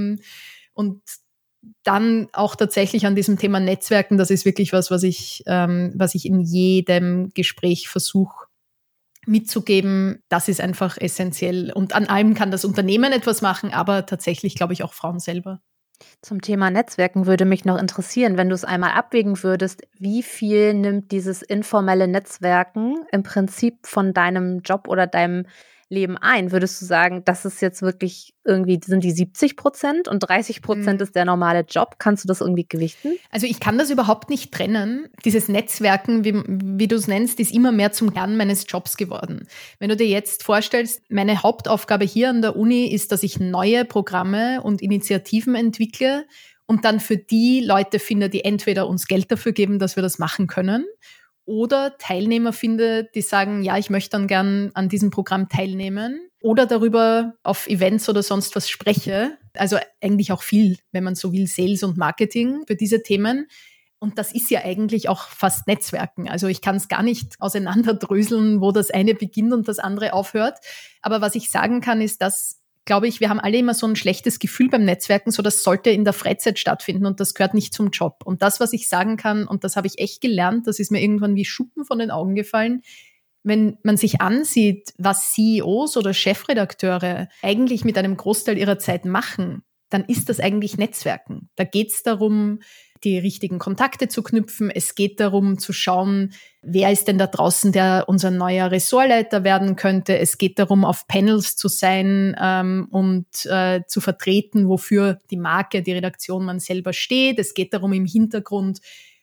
Und dann auch tatsächlich an diesem Thema Netzwerken, das ist wirklich was, was ich, was ich in jedem Gespräch versuche mitzugeben, das ist einfach essentiell. Und an allem kann das Unternehmen etwas machen, aber tatsächlich, glaube ich, auch Frauen selber. Zum Thema Netzwerken würde mich noch interessieren, wenn du es einmal abwägen würdest, wie viel nimmt dieses informelle Netzwerken im Prinzip von deinem Job oder deinem Leben ein? Würdest du sagen, das ist jetzt wirklich irgendwie, sind die siebzig Prozent und dreißig Prozent mhm. ist der normale Job? Kannst du das irgendwie gewichten? Also ich kann das überhaupt nicht trennen. Dieses Netzwerken, wie, wie du es nennst, ist immer mehr zum Kern meines Jobs geworden. Wenn du dir jetzt vorstellst, meine Hauptaufgabe hier an der Uni ist, dass ich neue Programme und Initiativen entwickle und dann für die Leute finde, die entweder uns Geld dafür geben, dass wir das machen können, oder Teilnehmer finde, die sagen, ja, ich möchte dann gern an diesem Programm teilnehmen oder darüber auf Events oder sonst was spreche. Also eigentlich auch viel, wenn man so will, Sales und Marketing für diese Themen. Und das ist ja eigentlich auch fast Netzwerken. Also ich kann es gar nicht auseinanderdröseln, wo das eine beginnt und das andere aufhört. Aber was ich sagen kann, ist, dass, glaube ich, wir haben alle immer so ein schlechtes Gefühl beim Netzwerken, so das sollte in der Freizeit stattfinden und das gehört nicht zum Job. Und das, was ich sagen kann, und das habe ich echt gelernt, das ist mir irgendwann wie Schuppen von den Augen gefallen, wenn man sich ansieht, was C E Os oder Chefredakteure eigentlich mit einem Großteil ihrer Zeit machen, dann ist das eigentlich Netzwerken. Da geht es darum, die richtigen Kontakte zu knüpfen. Es geht darum zu schauen, wer ist denn da draußen, der unser neuer Ressortleiter werden könnte. Es geht darum, auf Panels zu sein ähm, und äh, zu vertreten, wofür die Marke, die Redaktion man selber steht. Es geht darum, im Hintergrund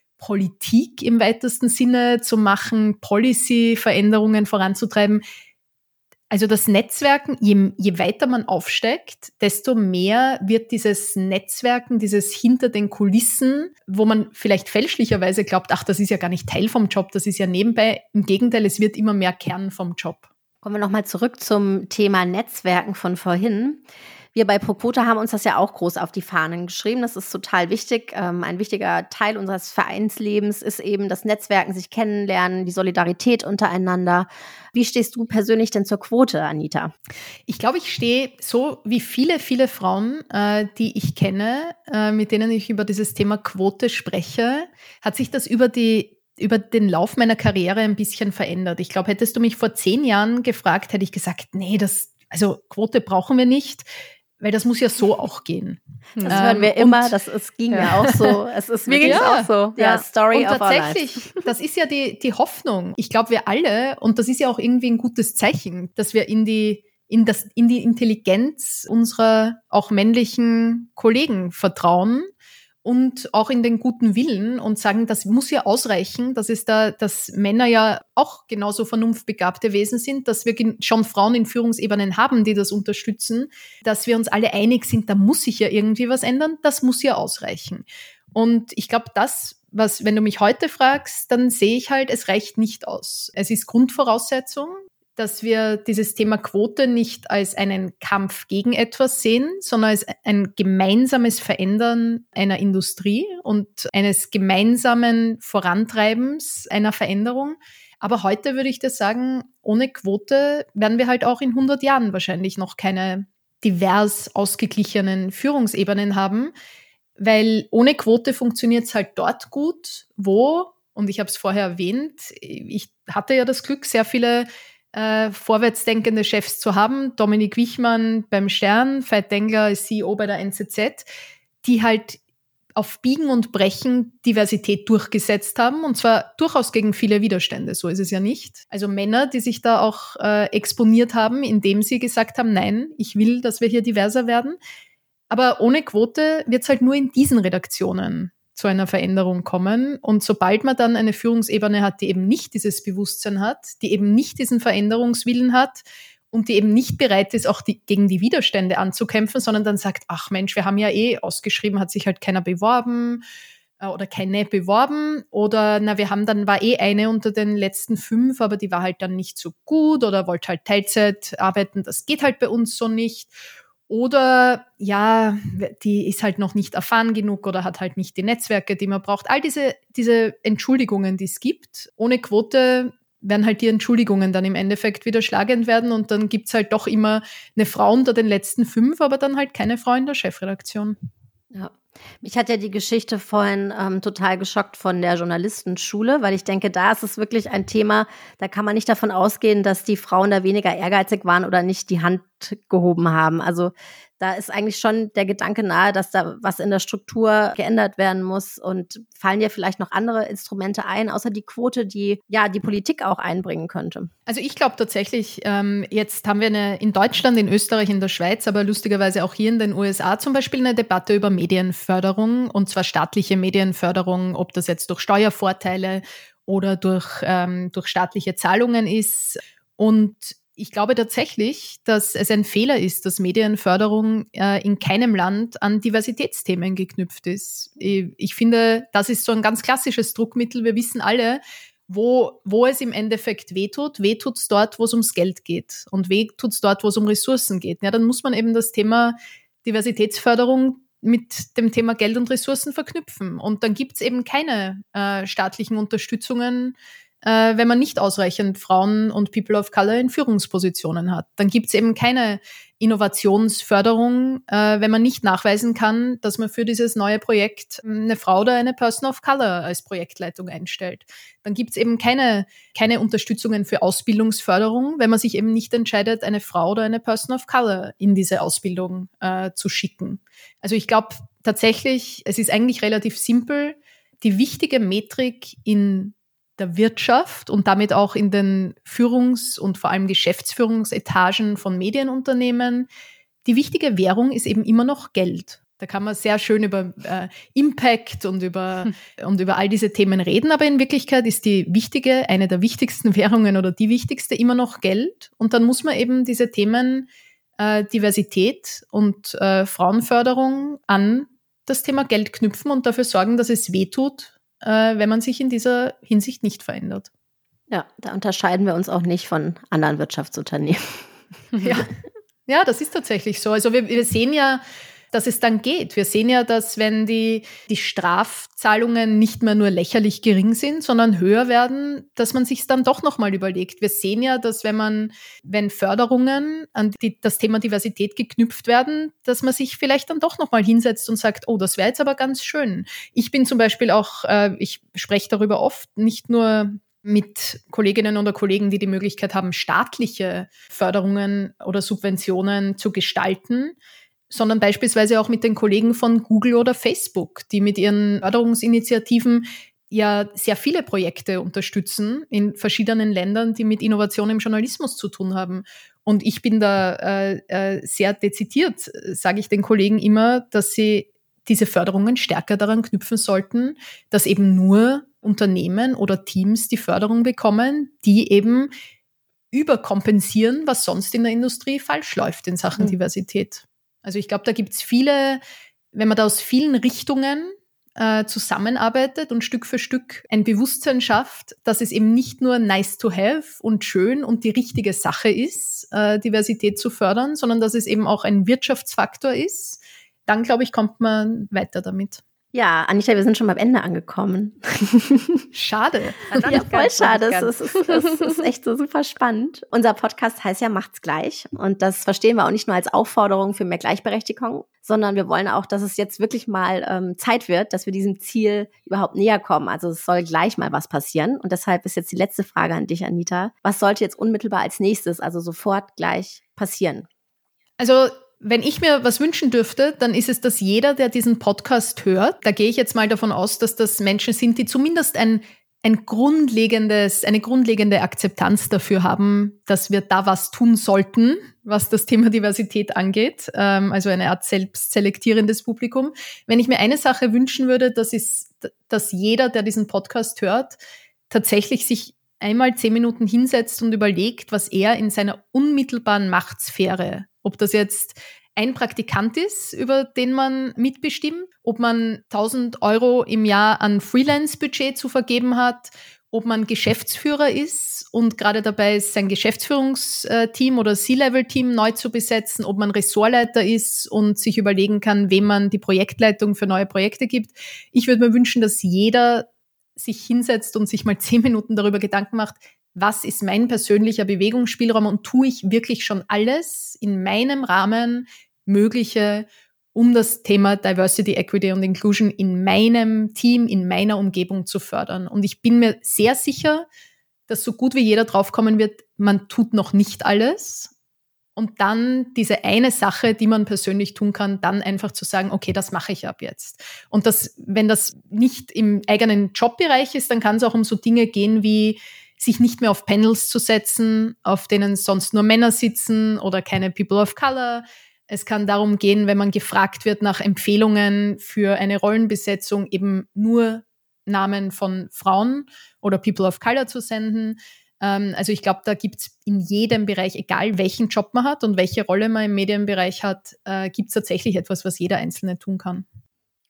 Politik im weitesten Sinne zu machen, Policy-Veränderungen voranzutreiben. Also das Netzwerken, je, je weiter man aufsteigt, desto mehr wird dieses Netzwerken, dieses hinter den Kulissen, wo man vielleicht fälschlicherweise glaubt, ach, das ist ja gar nicht Teil vom Job, das ist ja nebenbei. Im Gegenteil, es wird immer mehr Kern vom Job. Kommen wir nochmal zurück zum Thema Netzwerken von vorhin. Wir bei ProQuote haben uns das ja auch groß auf die Fahnen geschrieben. Das ist total wichtig. Ähm, ein wichtiger Teil unseres Vereinslebens ist eben das Netzwerken, sich kennenlernen, die Solidarität untereinander. Wie stehst du persönlich denn zur Quote, Anita? Ich glaube, ich stehe so wie viele, viele Frauen, äh, die ich kenne, äh, mit denen ich über dieses Thema Quote spreche, hat sich das über die über den Lauf meiner Karriere ein bisschen verändert. Ich glaube, hättest du mich vor zehn Jahren gefragt, hätte ich gesagt, nee, das, also Quote brauchen wir nicht. Weil das muss ja so auch gehen. Das ähm, hören wir immer, das ist, ging ja. ja auch so. Es ist mir ging es ja, auch so. Ja, ja. Story und of our lives. tatsächlich, das ist ja die, die Hoffnung. Ich glaube, wir alle, und das ist ja auch irgendwie ein gutes Zeichen, dass wir in die, in das, in die Intelligenz unserer auch männlichen Kollegen vertrauen und auch in den guten Willen und sagen, das muss ja ausreichen, dass es da, dass Männer ja auch genauso vernunftbegabte Wesen sind, dass wir schon Frauen in Führungsebenen haben, die das unterstützen, dass wir uns alle einig sind, da muss sich ja irgendwie was ändern, das muss ja ausreichen. Und ich glaube, das, was, wenn du mich heute fragst, dann sehe ich halt, es reicht nicht aus. Es ist Grundvoraussetzung, dass wir dieses Thema Quote nicht als einen Kampf gegen etwas sehen, sondern als ein gemeinsames Verändern einer Industrie und eines gemeinsamen Vorantreibens einer Veränderung. Aber heute würde ich das sagen, ohne Quote werden wir halt auch in hundert Jahren wahrscheinlich noch keine divers ausgeglichenen Führungsebenen haben, weil ohne Quote funktioniert es halt dort gut, wo, und ich habe es vorher erwähnt, ich hatte ja das Glück, sehr viele Äh, vorwärtsdenkende Chefs zu haben, Dominik Wichmann beim Stern, Veit Dengler als C E O bei der N Z Z, die halt auf Biegen und Brechen Diversität durchgesetzt haben und zwar durchaus gegen viele Widerstände, so ist es ja nicht. Also Männer, die sich da auch äh, exponiert haben, indem sie gesagt haben, nein, ich will, dass wir hier diverser werden. Aber ohne Quote wird es halt nur in diesen Redaktionen zu einer Veränderung kommen. Und sobald man dann eine Führungsebene hat, die eben nicht dieses Bewusstsein hat, die eben nicht diesen Veränderungswillen hat und die eben nicht bereit ist, auch die, gegen die Widerstände anzukämpfen, sondern dann sagt, ach Mensch, wir haben ja eh ausgeschrieben, hat sich halt keiner beworben äh, oder keine beworben oder na, wir haben dann, war eh eine unter den letzten fünf, aber die war halt dann nicht so gut oder wollte halt Teilzeit arbeiten, das geht halt bei uns so nicht. Oder ja, die ist halt noch nicht erfahren genug oder hat halt nicht die Netzwerke, die man braucht. All diese, diese Entschuldigungen, die es gibt. Ohne Quote werden halt die Entschuldigungen dann im Endeffekt wieder schlagend werden und dann gibt's halt doch immer eine Frau unter den letzten fünf, aber dann halt keine Frau in der Chefredaktion. Ja. Mich hat ja die Geschichte vorhin ähm, total geschockt von der Journalistenschule, weil ich denke, da ist es wirklich ein Thema, da kann man nicht davon ausgehen, dass die Frauen da weniger ehrgeizig waren oder nicht die Hand gehoben haben. Also da ist eigentlich schon der Gedanke nahe, dass da was in der Struktur geändert werden muss. Und fallen dir vielleicht noch andere Instrumente ein, außer die Quote, die ja die Politik auch einbringen könnte? Also ich glaube tatsächlich, ähm, jetzt haben wir eine, in Deutschland, in Österreich, in der Schweiz, aber lustigerweise auch hier in den U S A zum Beispiel eine Debatte über Medienförderung, und zwar staatliche Medienförderung, ob das jetzt durch Steuervorteile oder durch, ähm, durch staatliche Zahlungen ist. Und ich glaube tatsächlich, dass es ein Fehler ist, dass Medienförderung äh, in keinem Land an Diversitätsthemen geknüpft ist. Ich, ich finde, das ist so ein ganz klassisches Druckmittel. Wir wissen alle, wo, wo es im Endeffekt wehtut. Wehtut es dort, wo es ums Geld geht. Und wehtut es dort, wo es um Ressourcen geht. Ja, dann muss man eben das Thema Diversitätsförderung mit dem Thema Geld und Ressourcen verknüpfen. Und dann gibt es eben keine äh, staatlichen Unterstützungen, äh, wenn man nicht ausreichend Frauen und People of Color in Führungspositionen hat. Dann gibt es eben keine Innovationsförderung, äh, wenn man nicht nachweisen kann, dass man für dieses neue Projekt eine Frau oder eine Person of Color als Projektleitung einstellt. Dann gibt es eben keine, keine Unterstützungen für Ausbildungsförderung, wenn man sich eben nicht entscheidet, eine Frau oder eine Person of Color in diese Ausbildung äh, zu schicken. Also ich glaube tatsächlich, es ist eigentlich relativ simpel. Die wichtige Metrik in der Wirtschaft und damit auch in den Führungs- und vor allem Geschäftsführungsetagen von Medienunternehmen, die wichtige Währung ist eben immer noch Geld. Da kann man sehr schön über äh, Impact und über, hm. und über all diese Themen reden, aber in Wirklichkeit ist die wichtige, eine der wichtigsten Währungen oder die wichtigste immer noch Geld. Und dann muss man eben diese Themen äh, Diversität und äh, Frauenförderung an das Thema Geld knüpfen und dafür sorgen, dass es wehtut, wenn man sich in dieser Hinsicht nicht verändert. Ja, da unterscheiden wir uns auch nicht von anderen Wirtschaftsunternehmen. Ja, ja, das ist tatsächlich so. Also wir, wir sehen ja, dass es dann geht. Wir sehen ja, dass wenn die, die Strafzahlungen nicht mehr nur lächerlich gering sind, sondern höher werden, dass man sich dann doch nochmal überlegt. Wir sehen ja, dass wenn man, wenn Förderungen an die, das Thema Diversität geknüpft werden, dass man sich vielleicht dann doch nochmal hinsetzt und sagt, oh, das wäre jetzt aber ganz schön. Ich bin zum Beispiel auch, äh, ich spreche darüber oft, nicht nur mit Kolleginnen oder Kollegen, die die Möglichkeit haben, staatliche Förderungen oder Subventionen zu gestalten, sondern beispielsweise auch mit den Kollegen von Google oder Facebook, die mit ihren Förderungsinitiativen ja sehr viele Projekte unterstützen in verschiedenen Ländern, die mit Innovation im Journalismus zu tun haben. Und ich bin da äh, äh, sehr dezidiert, sage ich den Kollegen immer, dass sie diese Förderungen stärker daran knüpfen sollten, dass eben nur Unternehmen oder Teams die Förderung bekommen, die eben überkompensieren, was sonst in der Industrie falsch läuft in Sachen mhm. Diversität. Also ich glaube, da gibt's viele, wenn man da aus vielen Richtungen äh, zusammenarbeitet und Stück für Stück ein Bewusstsein schafft, dass es eben nicht nur nice to have und schön und die richtige Sache ist, äh, Diversität zu fördern, sondern dass es eben auch ein Wirtschaftsfaktor ist, dann, glaube ich, kommt man weiter damit. Ja, Anita, wir sind schon beim Ende angekommen. Schade. Ja, voll schade. Es ist, es ist echt so super spannend. Unser Podcast heißt ja Macht's gleich. Und das verstehen wir auch nicht nur als Aufforderung für mehr Gleichberechtigung, sondern wir wollen auch, dass es jetzt wirklich mal ähm, Zeit wird, dass wir diesem Ziel überhaupt näher kommen. Also es soll gleich mal was passieren. Und deshalb ist jetzt die letzte Frage an dich, Anita. Was sollte jetzt unmittelbar als nächstes, also sofort gleich passieren? Also wenn ich mir was wünschen dürfte, dann ist es, dass jeder, der diesen Podcast hört, da gehe ich jetzt mal davon aus, dass das Menschen sind, die zumindest ein, ein grundlegendes, eine grundlegende Akzeptanz dafür haben, dass wir da was tun sollten, was das Thema Diversität angeht, ähm, also eine Art selbstselektierendes Publikum. Wenn ich mir eine Sache wünschen würde, das ist, dass jeder, der diesen Podcast hört, tatsächlich sich einmal zehn Minuten hinsetzt und überlegt, was er in seiner unmittelbaren Machtsphäre, ob das jetzt ein Praktikant ist, über den man mitbestimmt, ob man tausend Euro im Jahr an Freelance-Budget zu vergeben hat, ob man Geschäftsführer ist und gerade dabei ist, sein Geschäftsführungsteam oder C-Level-Team neu zu besetzen, ob man Ressortleiter ist und sich überlegen kann, wem man die Projektleitung für neue Projekte gibt. Ich würde mir wünschen, dass jeder sich hinsetzt und sich mal zehn Minuten darüber Gedanken macht, was ist mein persönlicher Bewegungsspielraum und tue ich wirklich schon alles in meinem Rahmen Mögliche, um das Thema Diversity, Equity und Inclusion in meinem Team, in meiner Umgebung zu fördern. Und ich bin mir sehr sicher, dass so gut wie jeder draufkommen wird, man tut noch nicht alles. Und dann diese eine Sache, die man persönlich tun kann, dann einfach zu sagen, okay, das mache ich ab jetzt. Und das, wenn das nicht im eigenen Jobbereich ist, dann kann es auch um so Dinge gehen wie, sich nicht mehr auf Panels zu setzen, auf denen sonst nur Männer sitzen oder keine People of Color. Es kann darum gehen, wenn man gefragt wird nach Empfehlungen für eine Rollenbesetzung, eben nur Namen von Frauen oder People of Color zu senden. Also ich glaube, da gibt es in jedem Bereich, egal welchen Job man hat und welche Rolle man im Medienbereich hat, äh, gibt es tatsächlich etwas, was jeder Einzelne tun kann.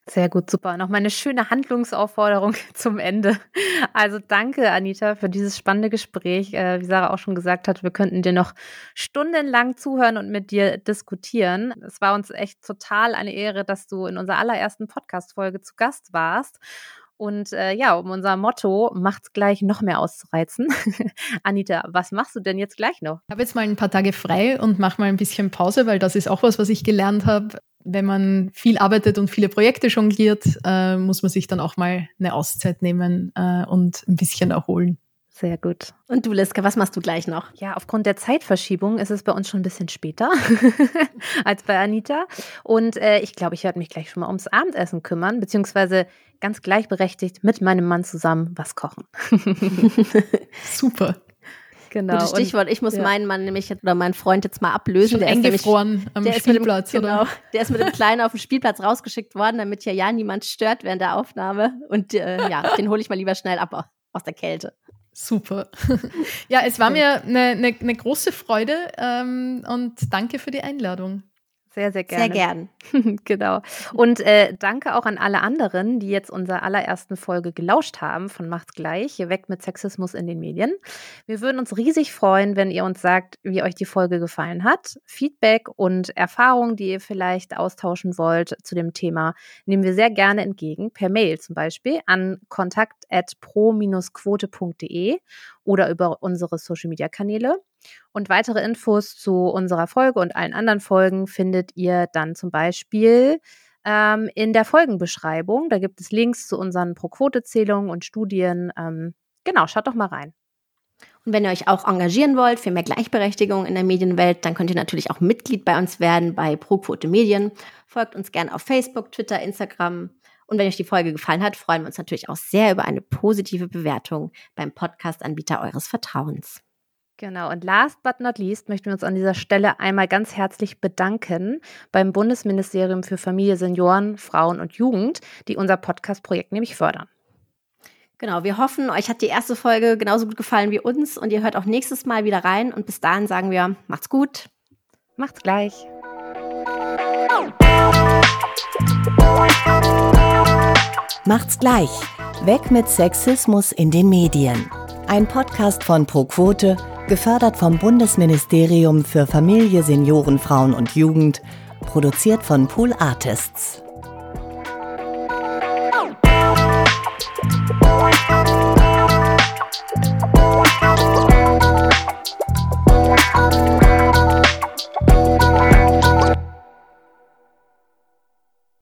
Sehr gut, super. Nochmal eine schöne Handlungsaufforderung zum Ende. Also danke, Anita, für dieses spannende Gespräch. Äh, wie Sarah auch schon gesagt hat, wir könnten dir noch stundenlang zuhören und mit dir diskutieren. Es war uns echt total eine Ehre, dass du in unserer allerersten Podcast-Folge zu Gast warst. Und äh, ja, um unser Motto, macht's gleich noch mehr auszureizen. Anita, was machst du denn jetzt gleich noch? Ich habe jetzt mal ein paar Tage frei und mache mal ein bisschen Pause, weil das ist auch was, was ich gelernt habe. Wenn man viel arbeitet und viele Projekte jongliert, äh, muss man sich dann auch mal eine Auszeit nehmen äh, und ein bisschen erholen. Sehr gut. Und du, Liska, was machst du gleich noch? Ja, aufgrund der Zeitverschiebung ist es bei uns schon ein bisschen später als bei Anita. Und äh, ich glaube, ich werde mich gleich schon mal ums Abendessen kümmern, beziehungsweise ganz gleichberechtigt mit meinem Mann zusammen was kochen. Super. Genau. Gutes Stichwort. Ich muss ja. meinen Mann nämlich oder meinen Freund jetzt mal ablösen. Schon der ist eingefroren nämlich, am der Spielplatz, ist mit dem, oder? Genau, der ist mit dem Kleinen auf den Spielplatz rausgeschickt worden, damit hier ja niemand stört während der Aufnahme. Und äh, ja, den hole ich mal lieber schnell ab aus der Kälte. Super. Ja, es war mir eine, eine, eine große Freude ähm, und danke für die Einladung. Sehr, sehr gerne. Sehr gern. Genau. Und äh, danke auch an alle anderen, die jetzt unserer allerersten Folge gelauscht haben von Macht's gleich, hier weg mit Sexismus in den Medien. Wir würden uns riesig freuen, wenn ihr uns sagt, wie euch die Folge gefallen hat. Feedback und Erfahrungen, die ihr vielleicht austauschen wollt zu dem Thema, nehmen wir sehr gerne entgegen, per Mail zum Beispiel an kontakt at pro Bindestrich quote punkt de oder über unsere Social-Media-Kanäle. Und weitere Infos zu unserer Folge und allen anderen Folgen findet ihr dann zum Beispiel ähm, in der Folgenbeschreibung. Da gibt es Links zu unseren Pro-Quote-Zählungen und Studien. Ähm, genau, schaut doch mal rein. Und wenn ihr euch auch engagieren wollt für mehr Gleichberechtigung in der Medienwelt, dann könnt ihr natürlich auch Mitglied bei uns werden bei Pro-Quote Medien. Folgt uns gerne auf Facebook, Twitter, Instagram. Und wenn euch die Folge gefallen hat, freuen wir uns natürlich auch sehr über eine positive Bewertung beim Podcast-Anbieter eures Vertrauens. Genau, und last but not least möchten wir uns an dieser Stelle einmal ganz herzlich bedanken beim Bundesministerium für Familie, Senioren, Frauen und Jugend, die unser Podcast-Projekt nämlich fördern. Genau, wir hoffen, euch hat die erste Folge genauso gut gefallen wie uns und ihr hört auch nächstes Mal wieder rein. Und bis dahin sagen wir, macht's gut. Macht's gleich. Macht's gleich. Weg mit Sexismus in den Medien. Ein Podcast von Pro Quote, gefördert vom Bundesministerium für Familie, Senioren, Frauen und Jugend, produziert von Pool Artists.